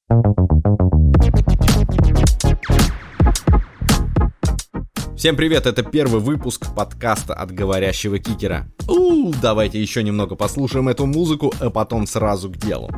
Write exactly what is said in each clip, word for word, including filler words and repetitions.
Всем привет, это первый выпуск подкаста от Говорящего Кикера. У, давайте еще немного послушаем эту музыку, а потом сразу к делу.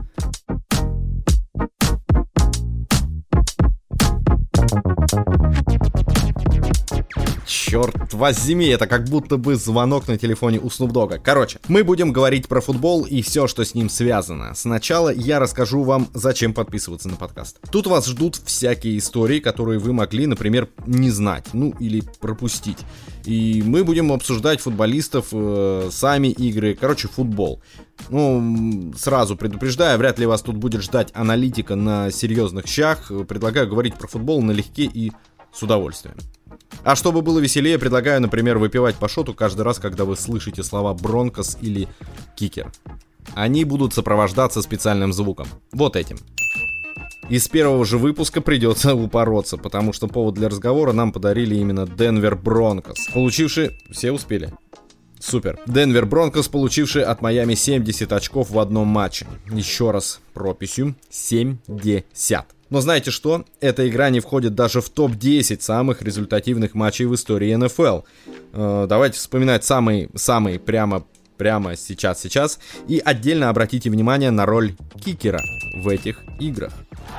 Черт возьми, это как будто бы звонок на телефоне у Snoop Dogg. Короче, мы будем говорить про футбол и все, что с ним связано. Сначала я расскажу вам, зачем подписываться на подкаст. Тут вас ждут всякие истории, которые вы могли, например, не знать, ну или пропустить. И мы будем обсуждать футболистов, э, сами игры, короче, футбол. Ну, сразу предупреждаю, вряд ли вас тут будет ждать аналитика на серьезных щах. Предлагаю говорить про футбол налегке и с удовольствием. А чтобы было веселее, предлагаю, например, выпивать по шоту каждый раз, когда вы слышите слова «Бронкос» или «Кикер». Они будут сопровождаться специальным звуком. Вот этим. Из первого же выпуска придется упороться, потому что повод для разговора нам подарили именно Денвер Бронкос, получивший... Все успели? Супер. Денвер Бронкос, получивший от Майами семьдесят очков в одном матче. Еще раз прописью. семьдесят. Но знаете что? Эта игра не входит даже в топ десять самых результативных матчей в истории эн эф эл. Э, давайте вспоминать самые, самые прямо, прямо сейчас, сейчас. И отдельно обратите внимание на роль кикера в этих играх.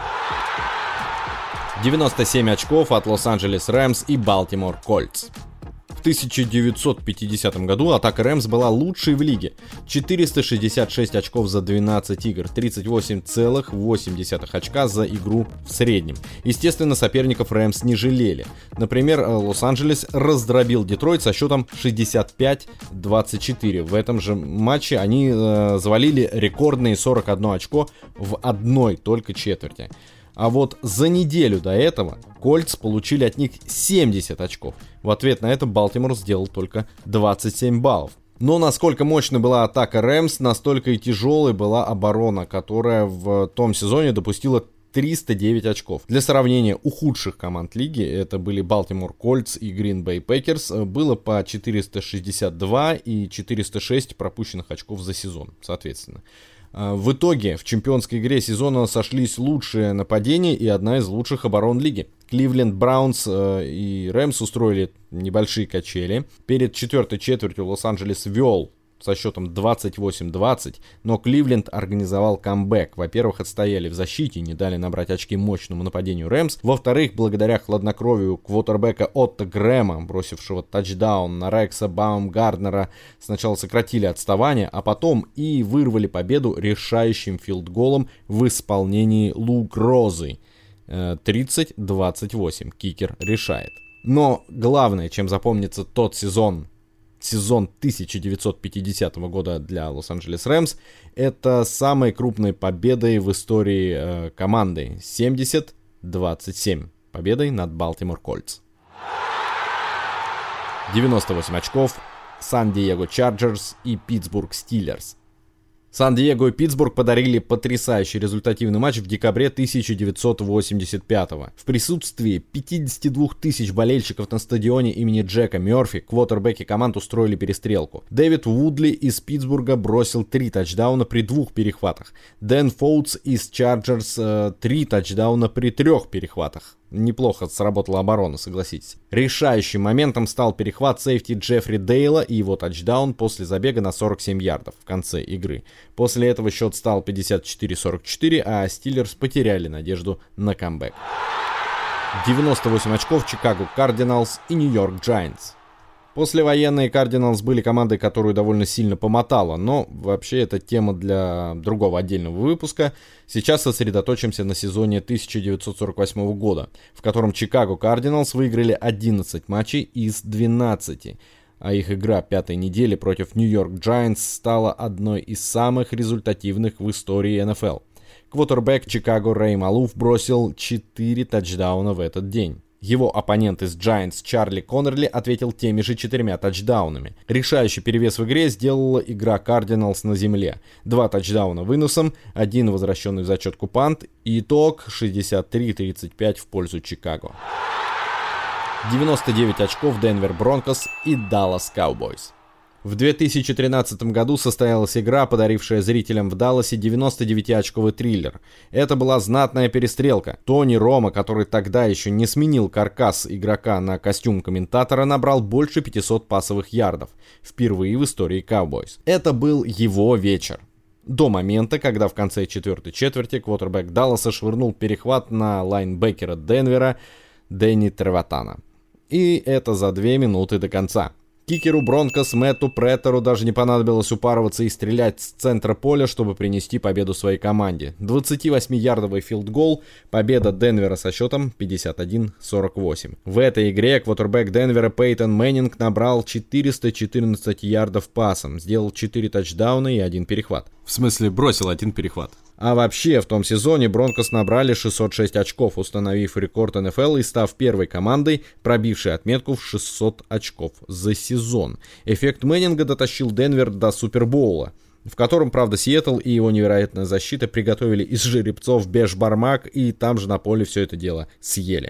девяносто семь очков от Лос-Анджелес Рэмс и Балтимор Кольтс. В тысяча девятьсот пятидесятом году атака Рэмс была лучшей в лиге. четыреста шестьдесят шесть очков за двенадцать игр, тридцать восемь целых восемь десятых очка за игру в среднем. Естественно, соперников Рэмс не жалели. Например, Лос-Анджелес раздробил Детройт со счетом шестьдесят пять двадцать четыре. В этом же матче они э, завалили рекордные сорок одно очко в одной только четверти. А вот за неделю до этого Кольтс получили от них семьдесят очков. В ответ на это Балтимор сделал только двадцать семь баллов. Но насколько мощной была атака Рэмс, настолько и тяжелой была оборона, которая в том сезоне допустила триста девять очков. Для сравнения, у худших команд лиги, это были Балтимор Кольтс и Грин Бэй Пэкерс, было по четыреста шестьдесят два и четыреста шесть пропущенных очков за сезон, соответственно. В итоге в чемпионской игре сезона сошлись лучшие нападения и одна из лучших оборон лиги. Кливленд Браунс э, и Рэмс устроили небольшие качели. Перед четвертой четвертью Лос-Анджелес вел со счетом двадцать восемь двадцать, но Кливленд организовал камбэк. Во-первых, отстояли в защите, не дали набрать очки мощному нападению Рэмс. Во-вторых, благодаря хладнокровию квотербека Отто Грэма, бросившего тачдаун на Рекса Баумгартнера, сначала сократили отставание, а потом и вырвали победу решающим филдголом в исполнении Лу Грозы. тридцать двадцать восемь. Кикер решает. Но главное, чем запомнится тот сезон, сезон тысяча девятьсот пятидесятого года для Лос-Анджелес Рэмс, это самой крупной победой в истории э, команды. семьдесят двадцать семь. Победой над Балтимор Кольтс. девяносто восемь очков Сан-Диего Чарджерс и Питтсбург Стиллерс. Сан-Диего и Питтсбург подарили потрясающий результативный матч в декабре тысяча девятьсот восемьдесят пятого. В присутствии пятидесяти двух тысяч болельщиков на стадионе имени Джека Мёрфи квотербеки команд устроили перестрелку. Дэвид Вудли из Питтсбурга бросил три тачдауна при двух перехватах. Дэн Фоутс из Чарджерс э, три тачдауна при трех перехватах. Неплохо сработала оборона, согласитесь. Решающим моментом стал перехват сейфти Джеффри Дейла и его тачдаун после забега на сорок семь ярдов в конце игры. После этого счет стал пятьдесят четыре сорок четыре, а Стиллерс потеряли надежду на камбэк. девяносто восемь очков Чикаго Кардиналс и Нью-Йорк Джайантс. Послевоенные Кардиналс были командой, которую довольно сильно помотало, но вообще это тема для другого отдельного выпуска. Сейчас сосредоточимся на сезоне тысяча девятьсот сорок восьмого года, в котором Чикаго Кардиналс выиграли одиннадцать матчей из двенадцати, а их игра пятой недели против Нью-Йорк Джайантс стала одной из самых результативных в истории эн эф эл. Квотербек Чикаго Рэй Малуф бросил четыре тачдауна в этот день. Его оппонент из Giants Чарли Коннорли ответил теми же четырьмя тачдаунами. Решающий перевес в игре сделала игра Кардиналс на земле. Два тачдауна выносом, один возвращенный в зачетку пант, и итог шестьдесят три тридцать пять в пользу Чикаго. девяносто девять очков Денвер Бронкос и Даллас Cowboys. В две тысячи тринадцатом году состоялась игра, подарившая зрителям в Далласе девяносто девятиочковый триллер. Это была знатная перестрелка. Тони Ромо, который тогда еще не сменил каркас игрока на костюм комментатора, набрал больше пятисот пасовых ярдов. Впервые в истории Cowboys. Это был его вечер. До момента, когда в конце четвертой четверти квотербек Далласа швырнул перехват на лайнбекера Денвера Дэнни Треватана. И это за две минуты до конца. Кикеру Бронкос Мэтту Претору даже не понадобилось упарываться и стрелять с центра поля, чтобы принести победу своей команде. двадцативосьмиярдовый филдгол, победа Денвера со счетом пятьдесят один сорок восемь. В этой игре квотербек Денвера Пейтон Мэннинг набрал четыреста четырнадцать ярдов пасом, сделал четыре тачдауна и один перехват. В смысле, бросил один перехват. А вообще, в том сезоне Бронкос набрали шестьсот шесть очков, установив рекорд эн эф эл и став первой командой, пробившей отметку в шестьсот очков за сезон. Эффект Мэннинга дотащил Денвер до Супербоула, в котором, правда, Сиэтл и его невероятная защита приготовили из жеребцов беш-бармак, и там же на поле все это дело съели.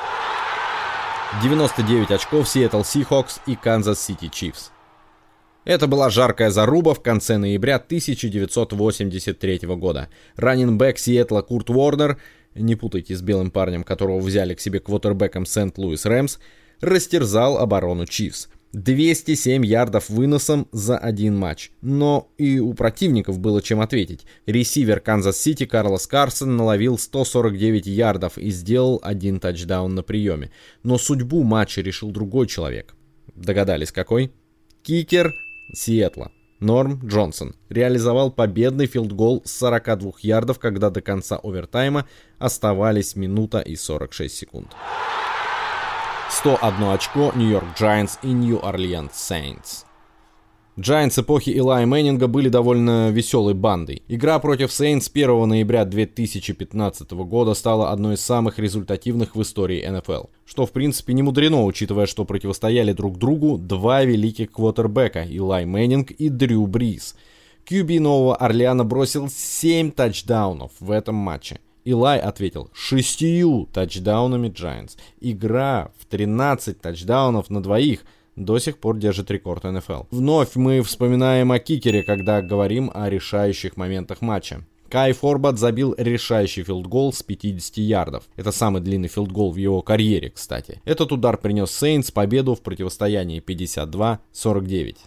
девяносто девять очков Сиэтл Сихокс и Канзас Сити Чифс. Это была жаркая заруба в конце ноября тысяча девятьсот восемьдесят третьего года. Раннинбэк Сиэтла Курт Уорнер, не путайте с белым парнем, которого взяли к себе квотербеком Сент-Луис Рэмс, растерзал оборону Чифс. двести семь ярдов выносом за один матч. Но и у противников было чем ответить. Ресивер Канзас-Сити Карлос Карсон наловил сто сорок девять ярдов и сделал один тачдаун на приеме. Но судьбу матча решил другой человек. Догадались, какой? Кикер Сиэтла Норм Джонсон реализовал победный филдгол с сорока двух ярдов, когда до конца овертайма оставались минута и сорок шесть секунд. сто одно очко Нью-Йорк Giants и Нью-Орлеанс Сейнтс. Giants эпохи Илая Мэннинга были довольно веселой бандой. Игра против Сейнтс первого ноября две тысячи пятнадцатого года стала одной из самых результативных в истории эн эф эл. Что в принципе не мудрено, учитывая, что противостояли друг другу два великих квотербека — Илай Мэннинг и Дрю Бриз. кью би Нового Орлеана бросил семь тачдаунов в этом матче. Илай ответил шестью тачдаунами Giants. Игра в тринадцать тачдаунов на двоих до сих пор держит рекорд эн эф эл. Вновь мы вспоминаем о кикере, когда говорим о решающих моментах матча. Кай Форбат забил решающий филдгол с пятидесяти ярдов. Это самый длинный филдгол в его карьере, кстати. Этот удар принес Сейнтс победу в противостоянии пятьдесят два сорок девять.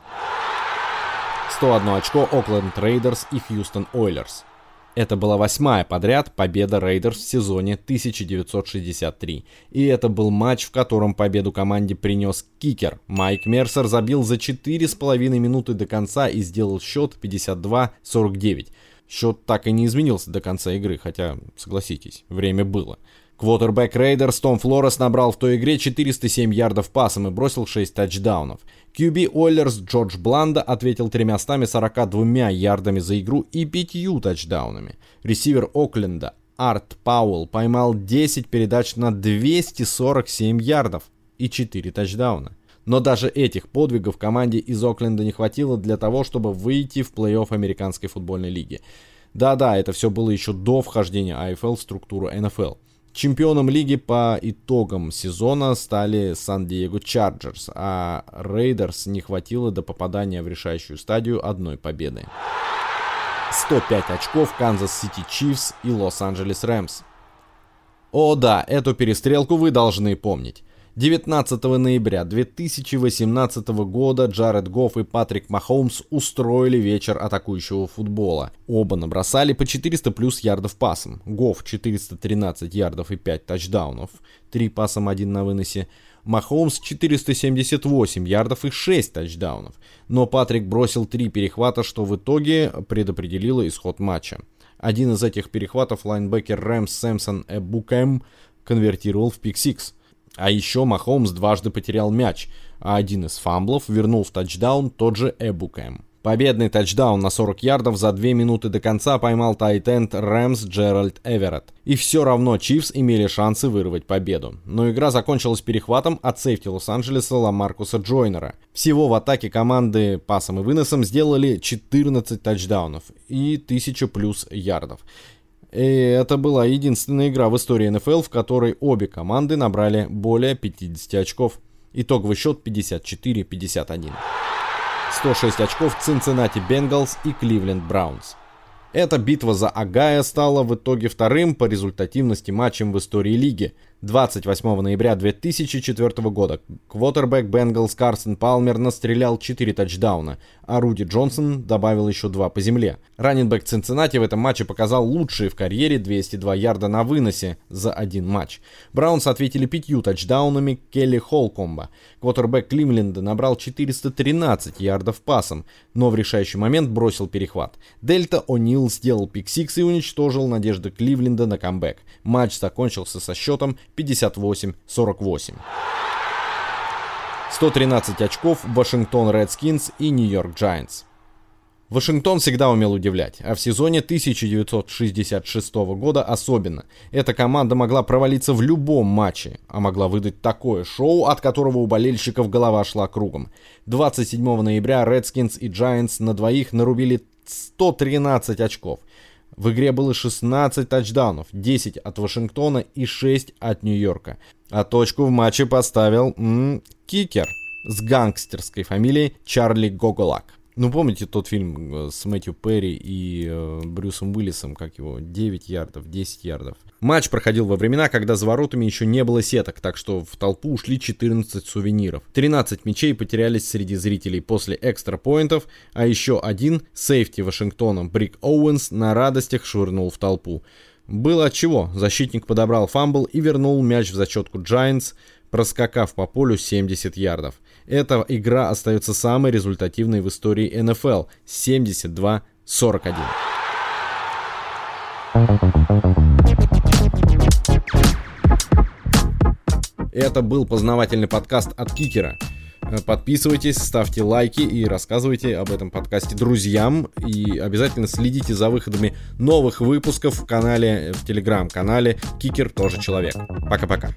сто одно очко Окленд Рейдерс и Хьюстон Ойлерс. Это была восьмая подряд победа Рейдерс в сезоне тысяча девятьсот шестьдесят три. И это был матч, в котором победу команде принес кикер. Майк Мерсер забил за четыре с половиной минуты до конца и сделал счет пятьдесят два сорок девять. Счет так и не изменился до конца игры, хотя, согласитесь, время было. Квотербек Рейдерс Том Флорес набрал в той игре четыреста семь ярдов пасом и бросил шесть тачдаунов. кью би Ойлерс Джордж Бланда ответил тремястами сорока двумя ярдами за игру и пятью тачдаунами. Ресивер Окленда Арт Пауэлл поймал десять передач на двести сорок семь ярдов и четыре тачдауна. Но даже этих подвигов команде из Окленда не хватило для того, чтобы выйти в плей-офф американской футбольной лиги. Да-да, это все было еще до вхождения эй эф эл в структуру эн эф эл. Чемпионом лиги по итогам сезона стали Сан-Диего Чарджерс, а Рейдерс не хватило до попадания в решающую стадию одной победы. сто пять очков Канзас Сити Чифс и Лос-Анджелес Рэмс. О да, эту перестрелку вы должны помнить. девятнадцатого ноября две тысячи восемнадцатого года Джаред Гофф и Патрик Махомс устроили вечер атакующего футбола. Оба набросали по четыреста плюс ярдов пасом. Гофф четыреста тринадцать ярдов и пять тачдаунов, три пасом, один на выносе. Махомс четыреста семьдесят восемь ярдов и шесть тачдаунов. Но Патрик бросил три перехвата, что в итоге предопределило исход матча. Один из этих перехватов лайнбекер Рэмс Сэмсон Эбукэм конвертировал в пик-сикс. А еще Махомс дважды потерял мяч, а один из фамблов вернул в тачдаун тот же Эбукэм. Победный тачдаун на сорок ярдов за две минуты до конца поймал тайт-энд Рэмс Джеральд Эверетт. И все равно Чифс имели шансы вырвать победу. Но игра закончилась перехватом от сейфти Лос-Анджелеса Ламаркуса Джойнера. Всего в атаке команды пасом и выносом сделали четырнадцать тачдаунов и тысяча плюс ярдов. И это была единственная игра в истории эн эф эл, в которой обе команды набрали более пятидесяти очков. Итоговый счет пятьдесят четыре пятьдесят один. сто шесть очков Cincinnati Bengals и Cleveland Browns. Эта битва за Огайо стала в итоге вторым по результативности матчем в истории лиги. двадцать восьмого ноября две тысячи четвёртого года квотербек Бенгалс Карсон Палмер настрелял четыре тачдауна, а Руди Джонсон добавил еще два по земле. Раннинбэк Цинциннати в этом матче показал лучшие в карьере двести два ярда на выносе за один матч. Браунс ответили пятью тачдаунами Келли Холкомба. Квотербек Кливленда набрал четыреста тринадцать ярдов пасом, но в решающий момент бросил перехват. Дельта О'Нил сделал пик-сикс и уничтожил надежды Кливленда на камбэк. Матч закончился со счетом пятьдесят восемь сорок восемь. сто тринадцать очков Вашингтон Редскинс и Нью-Йорк Giants. Вашингтон всегда умел удивлять, а в сезоне тысяча девятьсот шестьдесят шестого года особенно. Эта команда могла провалиться в любом матче, а могла выдать такое шоу, от которого у болельщиков голова шла кругом. двадцать седьмого ноября Redskins и Giants на двоих нарубили сто тринадцать очков. В игре было шестнадцать тачдаунов, десять от Вашингтона и шесть от Нью-Йорка. А точку в матче поставил м-м, кикер с гангстерской фамилией Чарли Гоголак. Ну, помните тот фильм с Мэтью Перри и э, Брюсом Уиллисом, как его, девять ярдов, десять ярдов. Матч проходил во времена, когда за воротами еще не было сеток, так что в толпу ушли четырнадцать сувениров. тринадцать мячей потерялись среди зрителей после экстра-поинтов, а еще один, сейфти Вашингтона Брик Оуэнс, на радостях швырнул в толпу. Было отчего, защитник подобрал фамбл и вернул мяч в зачетку Giants, проскакав по полю семьдесят ярдов. Эта игра остается самой результативной в истории эн эф эл — семьдесят два сорок один. Это был познавательный подкаст от Кикера. Подписывайтесь, ставьте лайки и рассказывайте об этом подкасте друзьям. И обязательно следите за выходами новых выпусков в канале, в телеграм-канале Кикер тоже человек. Пока-пока.